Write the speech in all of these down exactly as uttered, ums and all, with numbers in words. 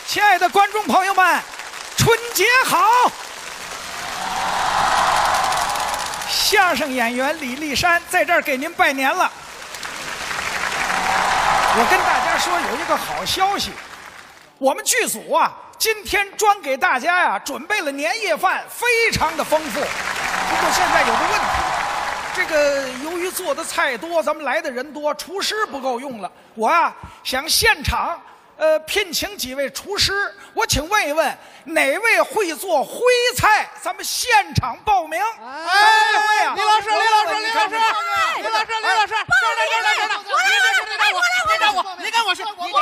亲爱的观众朋友们，春节好！相声演员李立山在这儿给您拜年了。我跟大家说有一个好消息，我们剧组啊，今天专给大家呀、啊、准备了年夜饭，非常的丰富。不过现在有个问题，这个由于做的菜多，咱们来的人多，厨师不够用了。我啊想现场。呃，聘请几位厨师，我请问一问，哪位会做徽菜？咱们现场报名。哎，各位啊， 李老师，李老师，李老师，李老师，李老师， 报名来了！我来，我来，我来，我来， 你跟我去， 我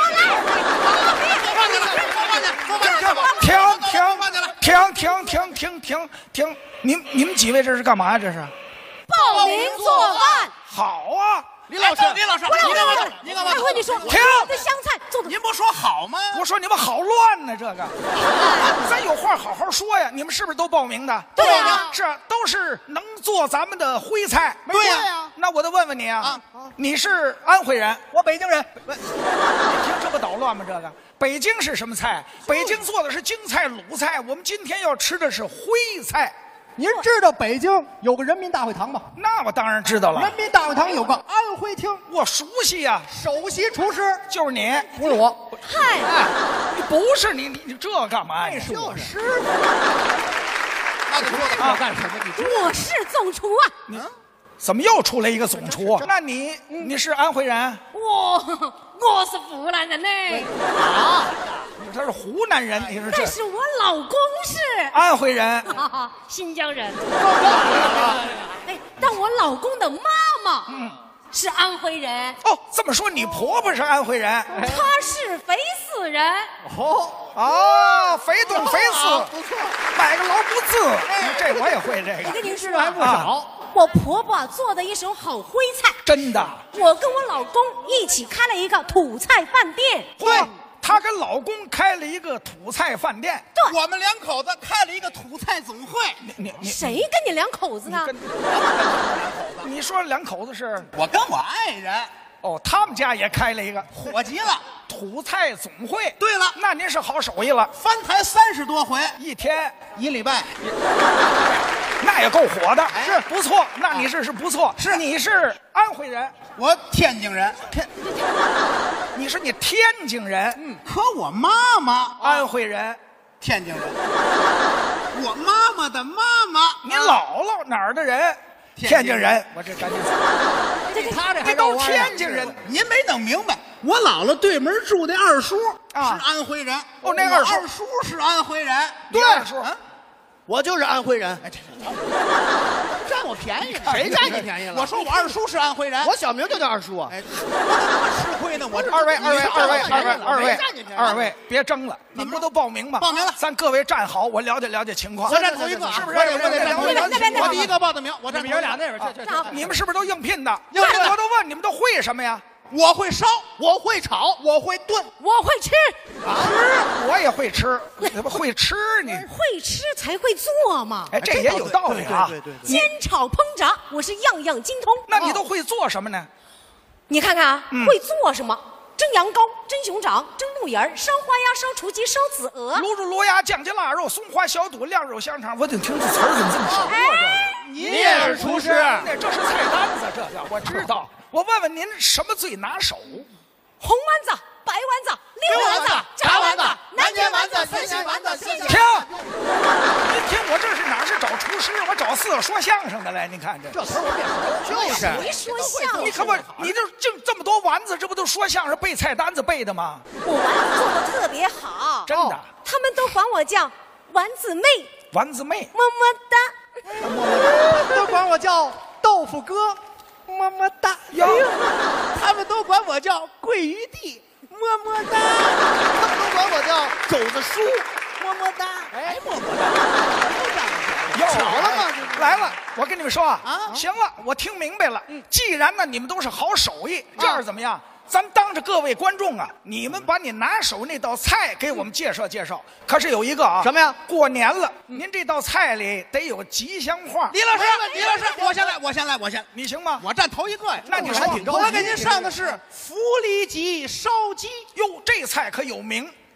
来。 停停停停停停停停！您你们几位这是干嘛呀？这是报名做饭。 好啊。 李老师，李老师，你干嘛？你干嘛？ 大辉，你说， 停！ 这香菜做的， 您不说好吗？ 我说你们好乱呢，这个，咱有话好好说呀。你们是不是都报名的？ 对呀， 是啊，都是能做咱们的徽菜。 对呀。 那我得问问你啊，你是安徽人，我北京人。你听这不捣乱吗？这个北京是什么菜？北京做的是京菜、鲁菜，我们今天要吃的是徽菜。 您知道北京有个人民大会堂吗？ 那我当然知道了。 人民大会堂有个安徽厅， 我熟悉呀、啊。 首席厨师就是你， 不是我。 嗨， 你不是你，你你这干嘛呀？ 那是我师傅。 那你说的要干什么？你我是总厨啊。 你怎么又出来一个总厨？那你你是安徽人？ 我我是湖南人呢。 啊，他是湖南人，你说这？ 但是我老公是安徽人， 新疆人。哎，但我老公的妈妈嗯是安徽人。 哦，这么说你婆婆是安徽人？ 她是肥四人。 哦哦，肥东肥四， 不错， 买个劳不字，这我也会这个。 我跟您说还不少。 我婆婆做的一手好徽菜， 真的。 我跟我老公一起开了一个土菜饭店。 嚯，她跟老公开了一个土菜饭店。 对， 我们两口子开了一个土菜总会。 你你你， 谁跟你两口子呢？ 你, 你说两口子是？ 我跟我爱人。 哦，他们家也开了一个， 火急了， 土菜总会。 对了， 那您是好手艺了， 翻台三十多回， 一天一礼拜。 那也够火的，是不错。那你这是不错， 是你是安徽人， 我天津人， 天，你是你天津人， 嗯，可我妈妈安徽人， 天津人，我妈妈的妈妈， 你姥姥哪儿的人？天津人，我这赶紧走， 他这你都天津人， 您没弄明白。我姥姥对门住的二叔啊是安徽人， 哦，那二叔二叔是安徽人， 对，二叔。 我就是安徽人， 哎，这占我便宜， 谁占你便宜了？ 我说我二叔是安徽人， 我小名就叫二叔啊。 哎，我怎么那么吃亏呢？我这二位，二位，二位，二位，二位，二位，别争了，你不都报名吗？ 报名了， 咱各位站好，我了解了解情况。 我站头一个， 是不是？ 我得，我得站头一个。 我第一个报的名，我站你们有俩那边，这这你们是不是都应聘的？ 应聘的我都问你们都会什么呀？ 我会烧， 我会炒， 我会炖， 我会吃， 吃我也会吃，怎么会吃你？ 会吃才会做嘛。 哎，这也有道理啊。 对对对， 煎炒烹炸，我是样样精通。 那你都会做什么呢？ 你看看啊， 嗯会做什么？蒸羊羔、蒸熊掌、蒸鹿眼、烧花鸭、烧雏鸡、烧子鹅、 卤煮卤鸭、酱鸡腊肉、松花小肚、晾肉香肠。我得听这词儿怎么这么熟啊？ 你也是厨师？ 这这是菜单子，这叫我知道。我问问您，什么最拿手？ 红丸子、白丸子、溜丸子、炸丸子、南煎丸子、四喜丸子、四喜。 停！您听我这是哪是找厨师？我找四个说相声的来。您看这这词儿我变熟， 谁说相声？ 你可不，你这净这么多丸子，这不都说相声背菜单子背的吗？ 我丸子做的特别好， 真的， 他们都管我叫丸子妹， 丸子妹， 么么都管我叫豆腐哥，么么哒。 哟， 他们都管我叫桂鱼弟，么么哒。他们都管我叫肘子叔，么么哒。哎，么么哒。 有巧了吗？ 来了，我跟你们说啊， 啊行了，我听明白了。既然呢你们都是好手艺，这样怎么样？咱当着各位观众啊，你们把你拿手那道菜给我们介绍介绍。可是有一个啊， 什么呀？ 过年了，您这道菜里得有吉祥话。 李老师，李老师，我先来，我先来，我先， 你行吗？ 我站头一个呀。 那你说， 我给您上的是福里脊烧鸡。 哟，这菜可有名。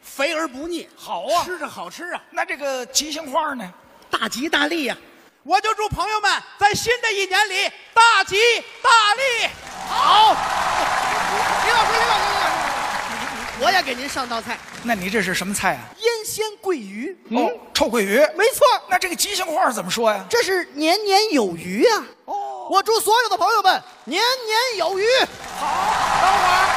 肥而不腻， 好啊， 吃着好吃啊。 那这个吉祥话呢？ 大吉大利呀、啊！ 我就祝朋友们在新的一年里大吉大利。好， 李老师，李老师，李老师，我也给您上道菜。 那你这是什么菜啊？ 腌鲜桂鱼。 哦，臭鳜鱼。 没错。 那这个吉祥话怎么说呀？ 这是年年有余啊！哦，我祝所有的朋友们年年有余。 好，等会儿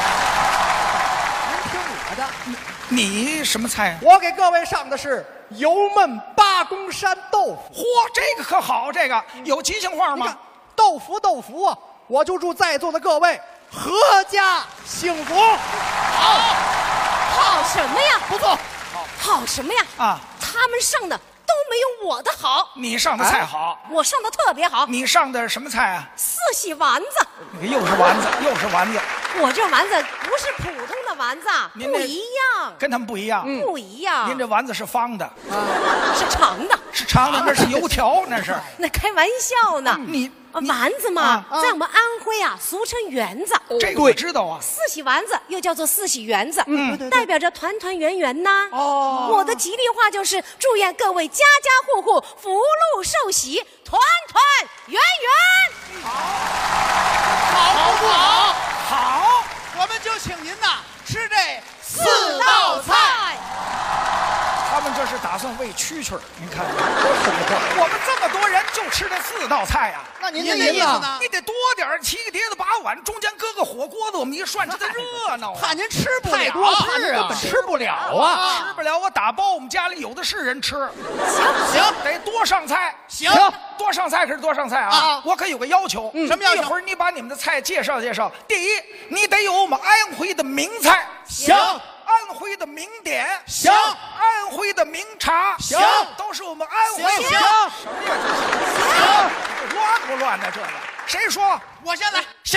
您听我的， 你什么菜啊？ 我给各位上的是油焖八公山豆腐。 嚯，这个可好，这个有吉祥话吗？ 豆腐豆腐啊！我就祝在座的各位阖家幸福。 好，好什么呀？ 不错， 好什么呀？ 啊， 他们上的都没有我的好。 你上的菜好， 我上的特别好。 你上的什么菜啊？ 四喜丸子。 你又是丸子，又是丸子。 我这丸子不是普通的丸子， 您这不一样， 跟他们不一样。 不一样。 您这丸子是方的， 是长的， 是长的，那是油条，那是。 那开玩笑呢。 你啊丸子嘛， 啊在我们安徽啊，俗称圆子。 这个我知道啊。 四喜丸子又叫做四喜圆子， 嗯， 代表着团团圆圆呐。 哦， 我的吉利话就是祝愿各位家家户户福禄寿喜，团团圆圆。 好不好？ 好， 我们就请您呐吃这四四道菜。 他们这是打算喂蛐蛐儿，您看，我们这么多人就吃这四道菜呀、 那您您的意思的意思呢？ 你得多点儿，沏个碟子把碗，中间搁个火锅子，我们一涮，这得热闹啊！ 怕您吃不了， 太多怕您是啊根本吃不了啊！ 吃不了，我打包，我们家里有的是人吃。 行行得多上菜， 行， 多上菜可是多上菜啊！ 啊我可有个要求， 什么要求一会儿你把你们的菜介绍介绍。第一，你得有我们安徽的名菜， 行安徽的名点， 行安徽的名茶， 行都是我们安徽行什么呀？行，乱不乱呢？这个谁说？ 我先来。 行。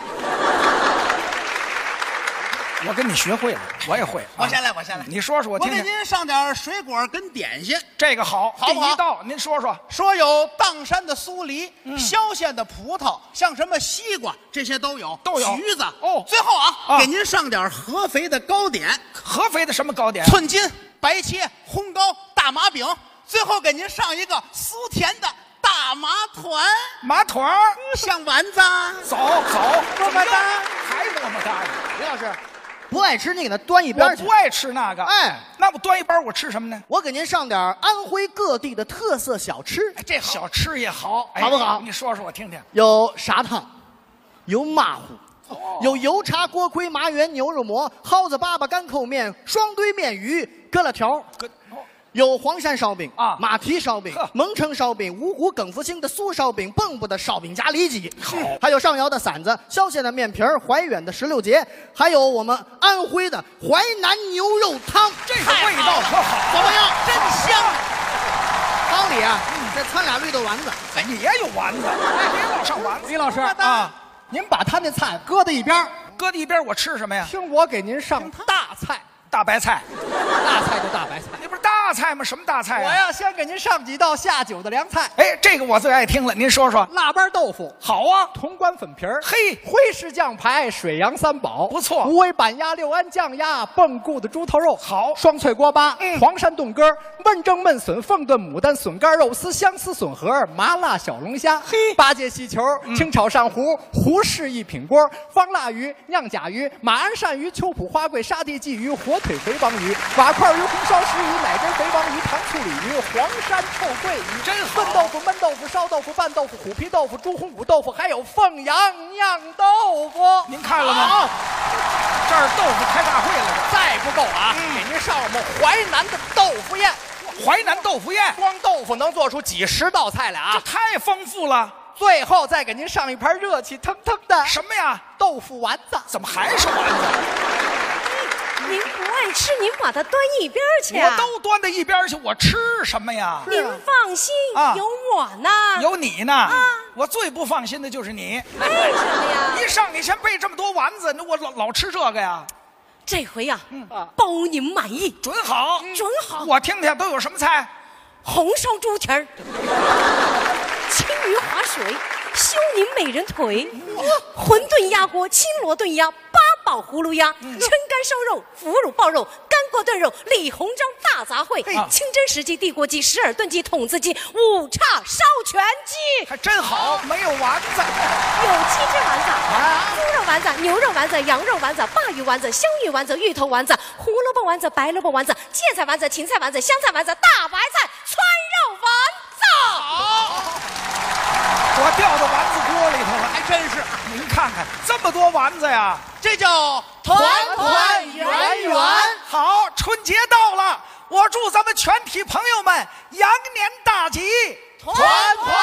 我跟你学会了，我也会。 我先来，我先来。 你说说我我给听听。 您上点水果跟点心。 这个好， 好不好第一道您说说。 说有砀山的苏梨， 嗯萧县的葡萄，像什么西瓜， 这些都有， 都有橘子哦最后啊， 啊给您上点合肥的糕点， 合肥的什么糕点？ 寸金、白切、烘糕、大麻饼，最后给您上一个酥甜的大麻团， 麻团儿。 像丸子啊。 走走， 么么哒， 还么么哒呢？ 李老师，不爱吃你给他端一边去我不。爱吃那个。 哎， 那我端一包，我吃什么呢？ 我给您上点安徽各地的特色小吃， 哎，这小吃也好，哎好不好你说说我听听。 有砂糖，有马虎，有油茶、锅盔、麻圆、牛肉馍、蒿子粑粑、干扣面、双堆面鱼、疙瘩条。 哥，哦有黄山烧饼啊马蹄烧饼呵、 蒙城烧饼、芜湖耿福兴的酥烧饼、蚌埠的烧饼夹里脊， 好还有上窑的馓子、萧县的面皮儿、怀远的石榴节，还有我们安徽的淮南牛肉汤。 这个味道可好， 怎么样？ 真香！ 汤里啊，再掺俩绿豆丸子。 哎，你也有丸子，哎，别老上丸子李老师啊！ 您把他那菜搁在一边儿， 搁在一边，我吃什么呀？ 听我给您上大菜。 大白菜， 大菜就大白菜。 那不是大菜吗？什么大菜啊？ 我呀，先给您上几道下酒的凉菜。 哎，这个我最爱听了，您说说。 腊八豆腐， 好啊， 潼关粉皮儿， 嘿徽式酱排，水杨三宝， 不错无为板鸭、六安酱鸭，蚌埠的猪头肉， 好双脆锅巴， 嗯黄山冻鸽，焖蒸焖笋，凤炖牡丹，笋干肉丝，香丝笋盒，麻辣小龙虾， 嘿八戒细球，清炒鳝糊，胡氏一品锅，方腊鱼，酿甲鱼，马鞍鳝鱼，秋浦花桂，沙地鲫鱼，火腿肥王鱼，瓦块鱼，红烧石鱼，奶汁肥王鱼，糖醋鲤鱼，黄山臭鳜鱼， 真好炖豆腐、焖豆腐、烧豆腐、拌豆腐、虎皮豆腐、猪红骨豆腐，还有凤阳酿豆腐。 您看了吗？这儿豆腐开大会了， 再不够啊， 嗯给您上我们淮南的豆腐宴。 这淮南豆腐宴， 光豆腐能做出几十道菜来这啊！ 太丰富了。 最后再给您上一盘热气腾腾的什么呀？ 豆腐丸子。 怎么还是丸子？ 您不爱吃，您把它端一边去啊。 我都端到一边去，我吃什么呀？ 您放心， 啊有我呢。 有你呢。我最不放心的就是你。 为什么呀？ 一上你先备这么多丸子，那我老老吃这个呀， 这回呀， 嗯包您满意。 准好， 准好我听听都有什么菜？ 红烧猪蹄儿，青鱼滑水，修您美人腿，馄饨鸭锅，青螺炖鸭，八宝葫芦鸭，抻干烧肉，腐乳爆肉，干锅炖肉、李鸿章大杂烩、清真时期、帝国鸡、十二吨鸡、筒子鸡、五叉烧全鸡， 还真好，没有丸子。 有七只丸子啊，猪肉丸子、牛肉丸子、羊肉丸子、鲅鱼丸子、香芋丸子、芋头丸子、胡萝卜丸子、白萝卜丸子、芥菜丸子、芹菜丸子、香菜丸子、大白菜、川肉丸子。 好， 我掉到丸子锅里头了， 还真是。 您看看这么多丸子呀！ 这叫团团圆圆。 好，春节到了，我祝咱们全体朋友们羊年大吉， 团团